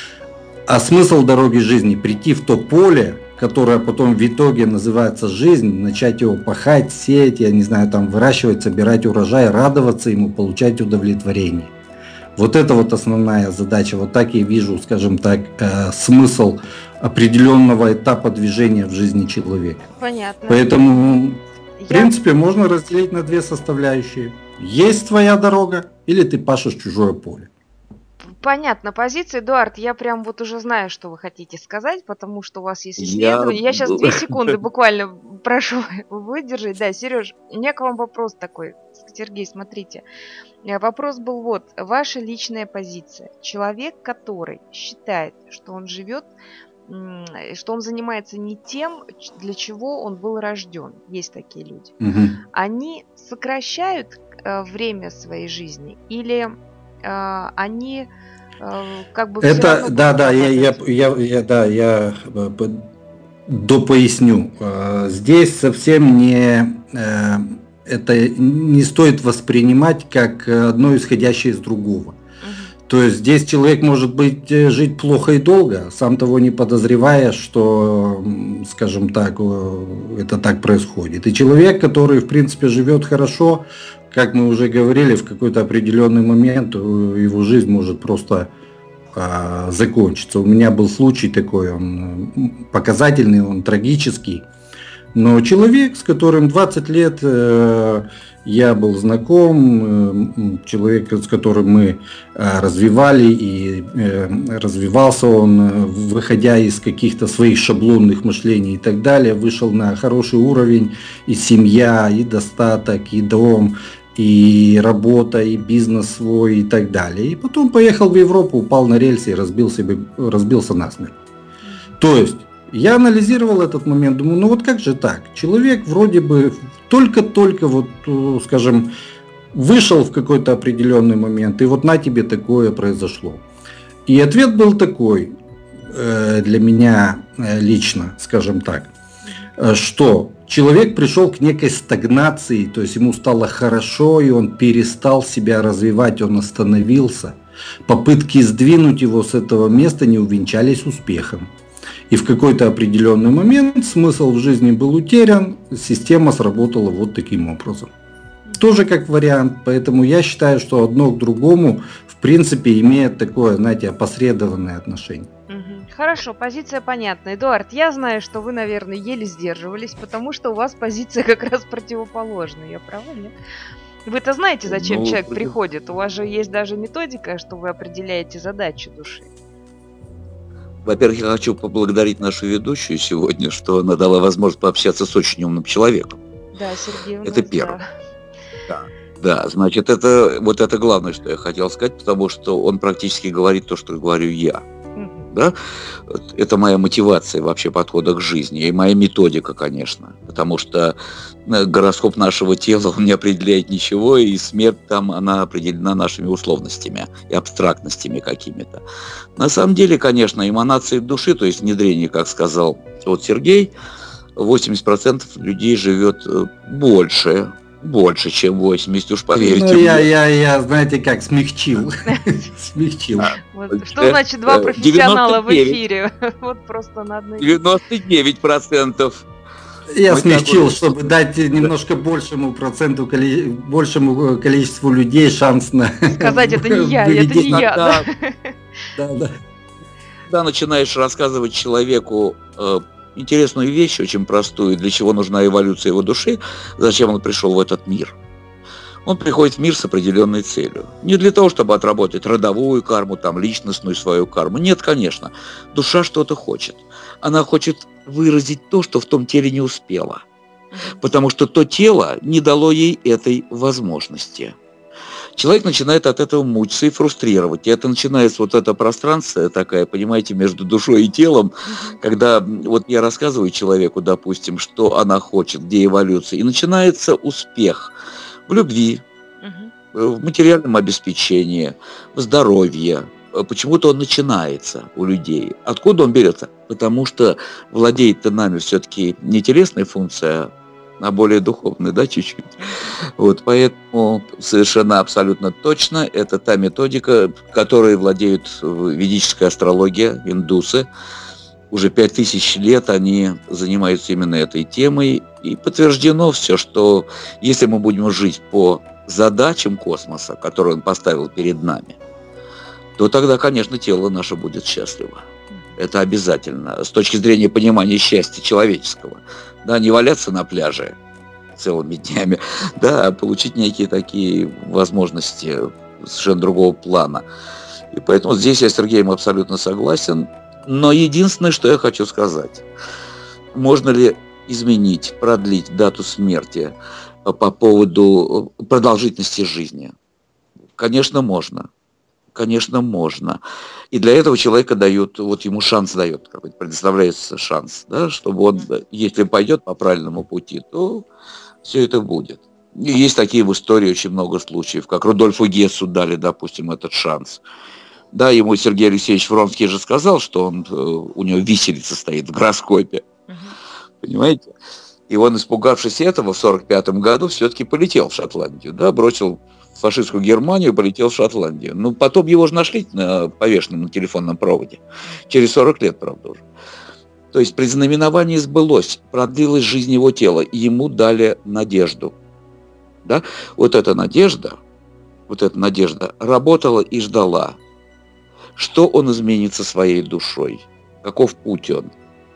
А смысл дороги жизни – прийти в то поле, которое потом в итоге называется жизнь, начать его пахать, сеять, я не знаю, там выращивать, собирать урожай, радоваться ему, получать удовлетворение. Вот это вот основная задача. Вот так я вижу, скажем так, э, смысл определенного этапа движения в жизни человека. Понятно. Поэтому, я... в принципе, можно разделить на две составляющие. Есть твоя дорога или ты пашешь чужое поле. Понятно, позиция, Эдуард, я прям вот уже знаю, что вы хотите сказать, потому что у вас есть исследование. Я, я сейчас две секунды буквально прошу выдержать. Да, Сереж, у меня к вам вопрос такой. Сергей, смотрите. Вопрос был вот. Ваша личная позиция. Человек, который считает, что он живет, что он занимается не тем, для чего он был рожден. Есть такие люди. Угу. Они сокращают время своей жизни или они как бы это да да я, я я я да я допоясню. Здесь совсем не это не стоит воспринимать как одно исходящее из другого. Uh-huh. То есть здесь человек может быть жить плохо и долго, сам того не подозревая, что, скажем так, это так происходит. И человек, который в принципе живет хорошо, как мы уже говорили, в какой-то определенный момент его жизнь может просто а, закончиться. У меня был случай такой, он показательный, он трагический. Но человек, с которым двадцать лет э, я был знаком, э, человек, с которым мы э, развивали, и э, развивался он, э, выходя из каких-то своих шаблонных мышлений и так далее, вышел на хороший уровень, и семья, и достаток, и дом, и работа, и бизнес свой, и так далее. И потом поехал в Европу, упал на рельсы и разбил себе, разбился насмерть. То есть, я анализировал этот момент, думаю, ну вот как же так? Человек вроде бы только-только, вот, скажем, вышел в какой-то определенный момент, и вот на тебе такое произошло. И ответ был такой, э, для меня э, лично, скажем так, э, что человек пришел к некой стагнации, то есть ему стало хорошо, и он перестал себя развивать, он остановился. Попытки сдвинуть его с этого места не увенчались успехом. И в какой-то определенный момент смысл в жизни был утерян, система сработала вот таким образом. Тоже как вариант, поэтому я считаю, что одно к другому в принципе имеет такое, знаете, опосредованное отношение. Хорошо, позиция понятна. Эдуард, я знаю, что вы, наверное, еле сдерживались, потому что у вас позиция как раз противоположная. Я права, нет? Вы-то знаете, зачем Ну, человек против- приходит? У вас же есть даже методика, что вы определяете задачу души. Во-первых, я хочу поблагодарить нашу ведущую сегодня, что она дала возможность пообщаться с очень умным человеком. Да, Сергей у Это нас, первое. да. Да, Да, значит, это вот это главное, что я хотел сказать, потому что он практически говорит то, что говорю я. Мгм. Да? Вот это моя мотивация вообще подхода к жизни и моя методика, конечно, потому что э, гороскоп нашего тела, он не определяет ничего, и смерть там, она определена нашими условностями и абстрактностями какими-то. На самом деле, конечно, эманации души, то есть внедрение, как сказал вот Сергей, восемьдесят процентов людей живет э, больше, больше, чем восемьдесят, уж поверьте Ну, я, мне. я, я, знаете как, смягчил. Смягчил. Вот. Э, Что значит два э, профессионала в девяносто девять. эфире? Вот просто на одной... девяносто девять процентов. Я Мы смягчил, так вот- чтобы дать немножко большему проценту, коли- большему э, количеству людей шанс на... Сказать, это не я, это не выведение- я. Да. Да, да. Когда начинаешь рассказывать человеку э, интересную вещь, очень простую, для чего нужна эволюция его души, зачем он пришел в этот мир. Он приходит в мир с определенной целью. Не для того, чтобы отработать родовую карму, там, личностную свою карму. Нет, конечно. Душа что-то хочет. Она хочет выразить то, что в том теле не успела. Потому что то тело не дало ей этой возможности. Человек начинает от этого мучиться и фрустрировать. И это начинается вот это пространство такая, понимаете, между душой и телом, когда вот я рассказываю человеку, допустим, что она хочет, где эволюция, и начинается успех в любви, Мгм. в материальном обеспечении, в здоровье. Почему-то он начинается у людей. Откуда он берется? Потому что владеет-то нами все-таки не телесная функция, а более духовная, да, чуть-чуть. Вот, поэтому совершенно абсолютно точно это та методика, которой владеют ведическая астрология, индусы. Уже пять тысяч лет они занимаются именно этой темой. И подтверждено все, что если мы будем жить по задачам космоса, которые он поставил перед нами, то тогда, конечно, тело наше будет счастливо. Это обязательно. С точки зрения понимания счастья человеческого. Да, не валяться на пляже целыми днями, да, а получить некие такие возможности совершенно другого плана. И поэтому здесь я с Сергеем абсолютно согласен. Но единственное, что я хочу сказать. Можно ли изменить, продлить дату смерти по поводу продолжительности жизни? Конечно, можно. Конечно, можно. И для этого человека дают, вот ему шанс дает, какой-то предоставляется шанс, да, чтобы он, если пойдет по правильному пути, то все это будет. И есть такие в истории очень много случаев, как Рудольфу Гессу дали, допустим, этот шанс. Да, ему Сергей Алексеевич Вронский же сказал, что он, у него виселица стоит в гороскопе. Uh-huh. Понимаете? И он, испугавшись этого, в сорок пятом году все-таки полетел в Шотландию, да, бросил фашистскую Германию, полетел в Шотландию. Ну, потом его же нашли на повешенном на телефонном проводе. Через сорок лет, правда, уже. То есть предзнаменование сбылось, продлилась жизнь его тела, и ему дали надежду. Да? Вот эта надежда, вот эта надежда работала и ждала. Что он изменит со своей душой? Каков путь он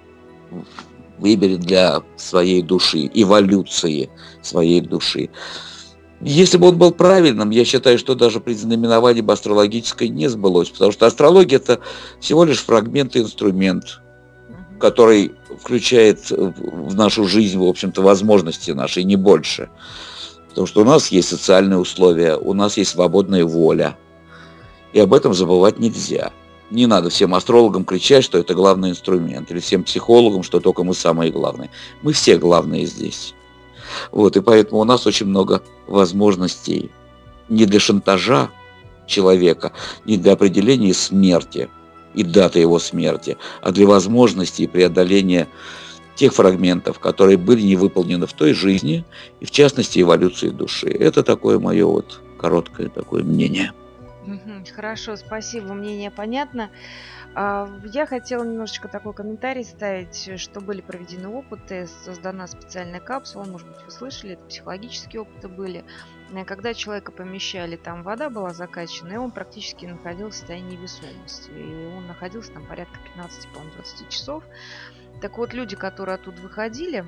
выберет для своей души, эволюции своей души? Если бы он был правильным, я считаю, что даже предзнаменование бы астрологическое не сбылось, потому что астрология – это всего лишь фрагмент и инструмент, который включает в нашу жизнь, в общем-то, возможности наши, не больше. Потому что у нас есть социальные условия, у нас есть свободная воля. И об этом забывать нельзя. Не надо всем астрологам кричать, что это главный инструмент, или всем психологам, что только мы самые главные. Мы все главные здесь. Вот, и поэтому у нас очень много возможностей не для шантажа человека, не для определения смерти и даты его смерти, а для возможностей преодоления тех фрагментов, которые были не выполнены в той жизни, и в частности эволюции души. Это такое мое вот короткое такое мнение. Угу. Хорошо, спасибо, мнение понятно. Я хотела немножечко такой комментарий ставить, что были проведены опыты, создана специальная капсула, может быть, вы слышали, это психологические опыты были, когда человека помещали, там вода была закачана, и он практически находился в состоянии невесомости, и он находился там порядка пятнадцати-двадцати часов. Так вот, люди, которые оттуда выходили,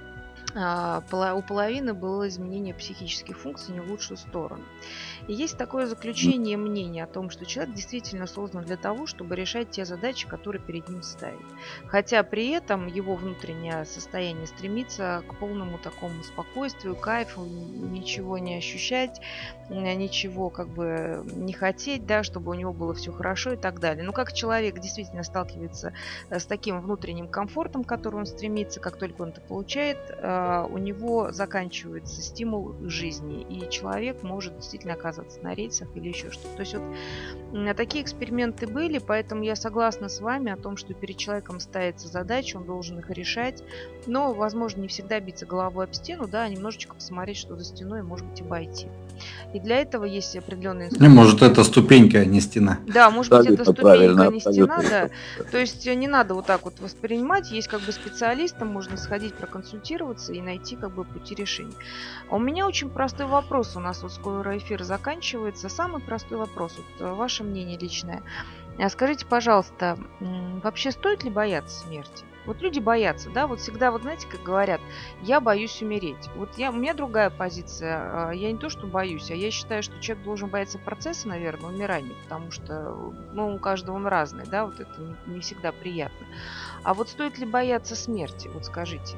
у половины было изменение психических функций не в лучшую сторону. И есть такое заключение мнения о том, что человек действительно создан для того, чтобы решать те задачи, которые перед ним ставят. Хотя при этом его внутреннее состояние стремится к полному такому спокойствию, кайфу, ничего не ощущать, ничего как бы не хотеть, да, чтобы у него было все хорошо и так далее. Но как человек действительно сталкивается с таким внутренним комфортом, к которому он стремится, как только он это получает, у него заканчивается стимул к жизни, и человек может действительно оказаться на рельсах или еще что-то. То есть вот такие эксперименты были, поэтому я согласна с вами о том, что перед человеком ставится задача, он должен их решать, но, возможно, не всегда биться головой об стену, да, а немножечко посмотреть, что за стеной, может быть, обойти. И для этого есть определенные инструменты. Может, это ступенька, а не стена. Да, может быть, это ступенька, а не стена, да. То есть не надо вот так вот воспринимать. Есть как бы специалистам, можно сходить, проконсультироваться и найти как бы пути решения. А у меня очень простой вопрос. У нас вот скоро эфир заканчивается. Самый простой вопрос. Вот ваше мнение личное. Скажите, пожалуйста, вообще стоит ли бояться смерти? Вот люди боятся, да, вот всегда, вот знаете, как говорят, я боюсь умереть. Вот я, у меня другая позиция, я не то, что боюсь, а я считаю, что человек должен бояться процесса, наверное, умирания, потому что, ну, у каждого он разный, да, вот это не, не всегда приятно. А вот стоит ли бояться смерти, вот скажите,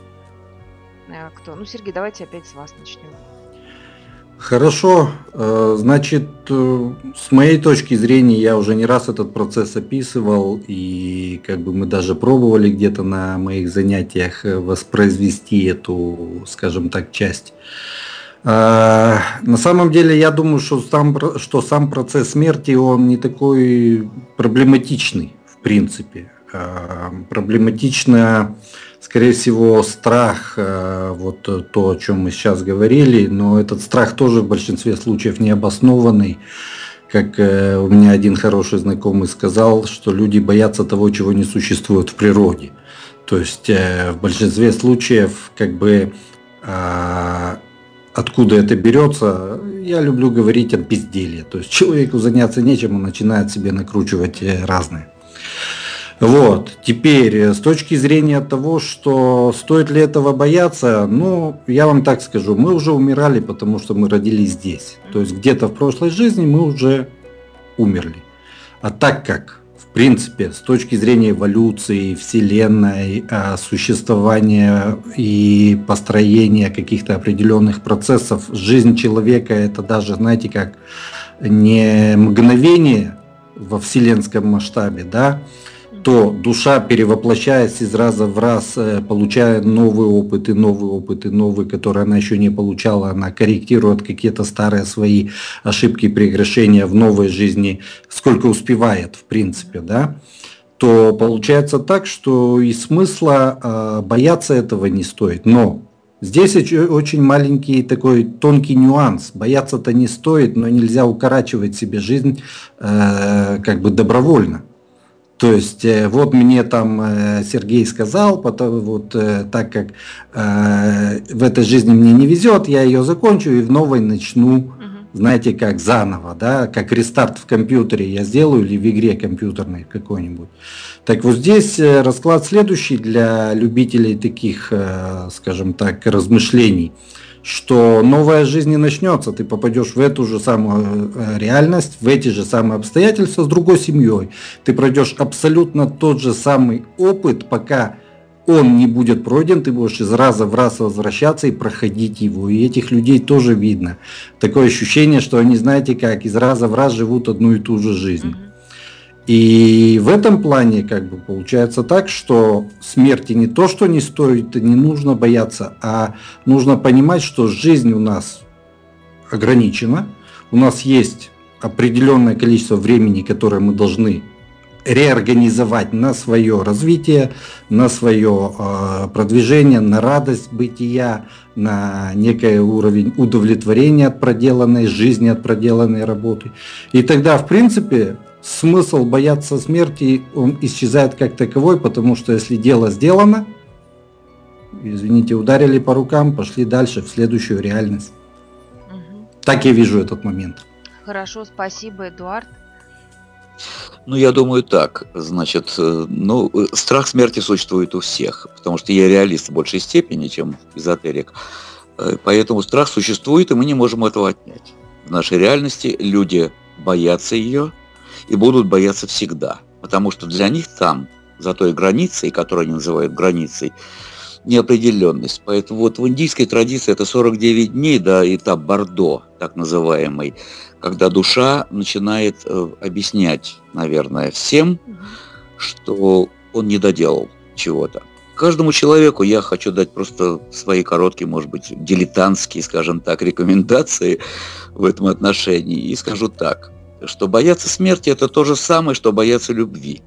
кто? Ну, Сергей, давайте опять с вас начнем. Хорошо, значит, с моей точки зрения, я уже не раз этот процесс описывал, и как бы мы даже пробовали где-то на моих занятиях воспроизвести эту, скажем так, часть. На самом деле, я думаю, что сам, что сам процесс смерти, он не такой проблематичный, в принципе. Проблематично, скорее всего, страх, вот то, о чем мы сейчас говорили, но этот страх тоже в большинстве случаев необоснованный. Как у меня один хороший знакомый сказал, что люди боятся того, чего не существует в природе. То есть в большинстве случаев, как бы, откуда это берется, я люблю говорить от безделья. То есть человеку заняться нечем, он начинает себе накручивать разное. Вот, теперь, с точки зрения того, что стоит ли этого бояться, ну, я вам так скажу, мы уже умирали, потому что мы родились здесь. То есть где-то в прошлой жизни мы уже умерли. А так как, в принципе, с точки зрения эволюции, Вселенной, существования и построения каких-то определенных процессов, жизнь человека — это даже, знаете, как не мгновение во вселенском масштабе, да, то душа, перевоплощаясь из раза в раз, получая новый опыт и новый опыт и новый, который она еще не получала, она корректирует какие-то старые свои ошибки, прегрешения в новой жизни, сколько успевает, в принципе, да, то получается так, что и смысла э, бояться этого не стоит. Но здесь очень маленький такой тонкий нюанс. Бояться-то не стоит, но нельзя укорачивать себе жизнь э, как бы добровольно. То есть вот мне там Сергей сказал, потом, вот так как э, в этой жизни мне не везет, я ее закончу и в новой начну, угу. знаете, как заново, да, как рестарт в компьютере я сделаю или в игре компьютерной какой-нибудь. Так вот здесь расклад следующий для любителей таких, э, скажем так, размышлений, что новая жизнь не начнется, ты попадешь в эту же самую реальность, в эти же самые обстоятельства с другой семьей. Ты пройдешь абсолютно тот же самый опыт, пока он не будет пройден, ты будешь из раза в раз возвращаться и проходить его. И этих людей тоже видно. Такое ощущение, что они, знаете как, из раза в раз живут одну и ту же жизнь. И в этом плане как бы получается так, что смерти не то, что не стоит, не нужно бояться, а нужно понимать, что жизнь у нас ограничена, у нас есть определенное количество времени, которое мы должны реорганизовать на свое развитие, на свое э, продвижение, на радость бытия, на некий уровень удовлетворения от проделанной жизни, от проделанной работы. И тогда, в принципе, смысл бояться смерти, он исчезает как таковой, потому что если дело сделано, извините, ударили по рукам, пошли дальше в следующую реальность. Угу. Так я вижу этот момент. Хорошо, спасибо, Эдуард. Ну, я думаю так, значит, ну, страх смерти существует у всех, потому что я реалист в большей степени, чем эзотерик, поэтому страх существует, и мы не можем этого отнять. В нашей реальности люди боятся ее и будут бояться всегда, потому что для них там, за той границей, которую они называют границей, неопределенность. Поэтому вот в индийской традиции это сорок девять дней, да, этап Бордо, так называемый, когда душа начинает э, объяснять, наверное, всем, что он не доделал чего-то. Каждому человеку я хочу дать просто свои короткие, может быть, дилетантские, скажем так, рекомендации в этом отношении. И скажу так, что бояться смерти – это то же самое, что бояться любви.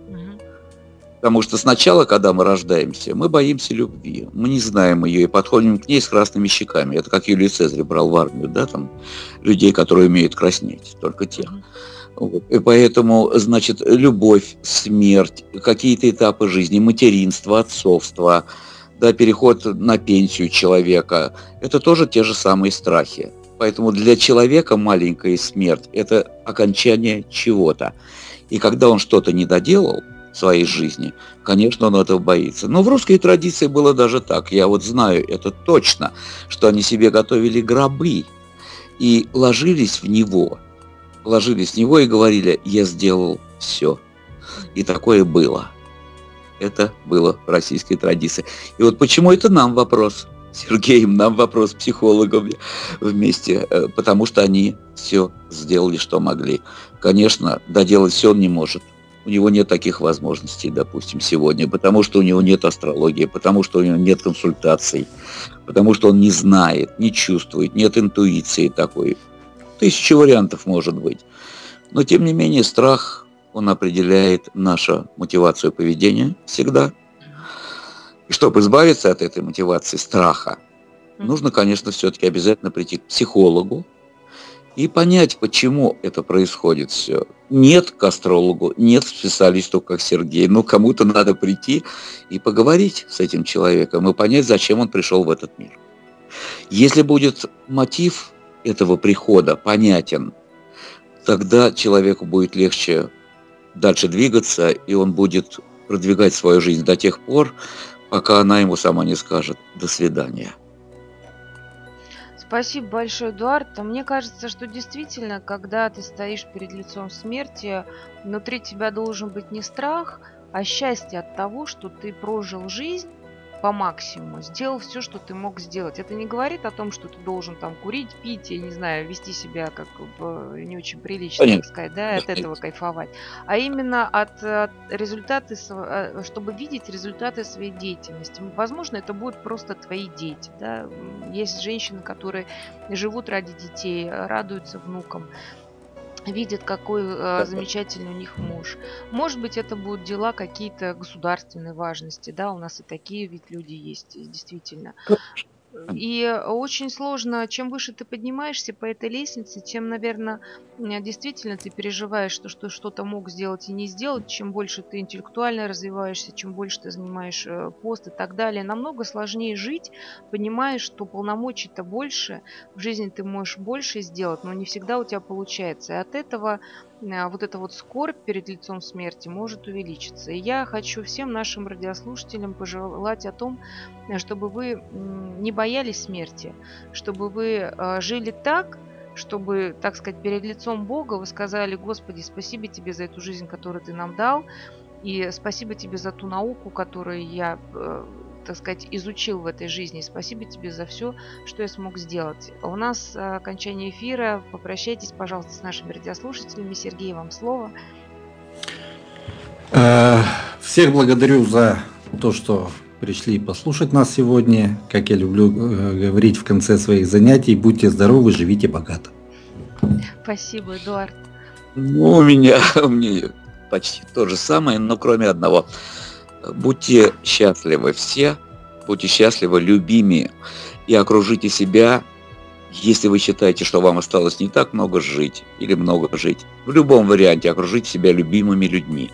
Потому что сначала, когда мы рождаемся, мы боимся любви. Мы не знаем ее и подходим к ней с красными щеками. Это как Юлий Цезарь брал в армию, да, там, людей, которые умеют краснеть, только тех. Вот. И поэтому, значит, любовь, смерть, какие-то этапы жизни, материнство, отцовство, да, переход на пенсию человека, это тоже те же самые страхи. Поэтому для человека маленькая смерть – это окончание чего-то. И когда он что-то не доделал в своей жизни, конечно, он этого боится. Но в русской традиции было даже так. Я вот знаю это точно, что они себе готовили гробы и ложились в него, ложились в него и говорили: «Я сделал все». И такое было. Это было в российской традиции. И вот почему это нам вопрос, Сергеем, нам вопрос, психологам вместе, потому что они все сделали, что могли. Конечно, доделать все он не может. У него нет таких возможностей, допустим, сегодня, потому что у него нет астрологии, потому что у него нет консультаций, потому что он не знает, не чувствует, нет интуиции такой. Тысяча вариантов может быть. Но, тем не менее, страх, он определяет нашу мотивацию поведения всегда. И чтобы избавиться от этой мотивации страха, нужно, конечно, все-таки обязательно прийти к психологу и понять, почему это происходит все. Нет к астрологу, нет к специалисту, как Сергей, но кому-то надо прийти и поговорить с этим человеком и понять, зачем он пришел в этот мир. Если будет мотив этого прихода понятен, тогда человеку будет легче дальше двигаться, и он будет продвигать свою жизнь до тех пор, пока она ему сама не скажет «до свидания». Спасибо большое, Эдуард. Мне кажется, что действительно, когда ты стоишь перед лицом смерти, внутри тебя должен быть не страх, а счастье от того, что ты прожил жизнь по максимуму, сделал все, что ты мог сделать. Это не говорит о том, что ты должен там курить, пить, я не знаю, вести себя как бы не очень прилично, так сказать, да, от этого кайфовать, а именно от, от результата, чтобы видеть результаты своей деятельности. Возможно, это будут просто твои дети, да. Есть женщины, которые живут ради детей, радуются внукам, видят, какой э, замечательный у них муж. Может быть, это будут дела какие-то государственной важности, да, у нас и такие ведь люди есть, действительно. И очень сложно, чем выше ты поднимаешься по этой лестнице, тем, наверное, действительно ты переживаешь, что, что что-то мог сделать и не сделать. Чем больше ты интеллектуально развиваешься, чем больше ты занимаешь пост и так далее, намного сложнее жить, понимаешь, что полномочий-то больше, в жизни ты можешь больше сделать, но не всегда у тебя получается. И от этого вот эта вот скорбь перед лицом смерти может увеличиться. И я хочу всем нашим радиослушателям пожелать о том, чтобы вы не боялись смерти, чтобы вы жили так, чтобы, так сказать, перед лицом Бога вы сказали: Господи, спасибо тебе за эту жизнь, которую ты нам дал, и спасибо тебе за ту науку, которую я, так сказать, изучил в этой жизни. Спасибо тебе за все, что я смог сделать. У нас окончание эфира. Попрощайтесь, пожалуйста, с нашими радиослушателями. Сергей, вам слово. Всех благодарю за то, что пришли послушать нас сегодня. Как я люблю говорить в конце своих занятий: будьте здоровы, живите богато. Спасибо, Эдуард. Ну, у меня, у меня почти то же самое, но кроме одного. Будьте счастливы все, будьте счастливы, любимые, и окружите себя, если вы считаете, что вам осталось не так много жить или много жить. В любом варианте окружите себя любимыми людьми.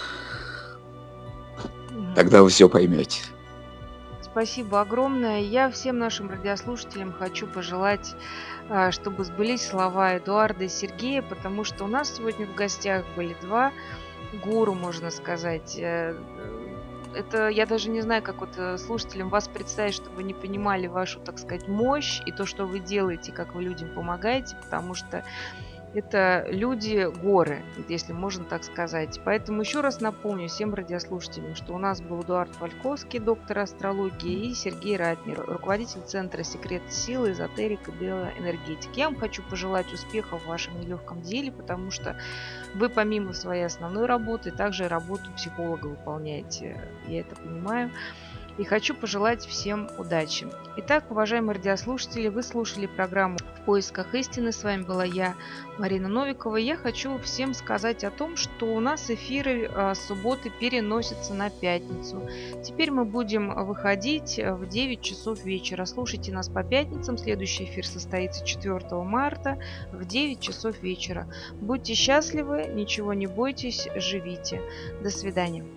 Тогда вы все поймете. Спасибо огромное. Я всем нашим радиослушателям хочу пожелать, чтобы сбылись слова Эдуарда и Сергея, потому что у нас сегодня в гостях были два гуру, можно сказать. Это я даже не знаю, как вот слушателям вас представить, чтобы вы не понимали вашу, так сказать, мощь и то, что вы делаете, как вы людям помогаете, потому что это люди-горы, если можно так сказать. Поэтому еще раз напомню всем радиослушателям, что у нас был Эдуард Вальковский, доктор астрологии, и Сергей Ратнер, руководитель Центра «Секрет силы, эзотерика, биоэнергетики». Я вам хочу пожелать успехов в вашем нелегком деле, потому что вы помимо своей основной работы также работу психолога выполняете. Я это понимаю. И хочу пожелать всем удачи. Итак, уважаемые радиослушатели, вы слушали программу «В поисках истины». С вами была я, Марина Новикова. Я хочу всем сказать о том, что у нас эфиры с субботы переносятся на пятницу. Теперь мы будем выходить в девять часов вечера. Слушайте нас по пятницам. Следующий эфир состоится четвёртого марта в девять часов вечера. Будьте счастливы, ничего не бойтесь, живите. До свидания.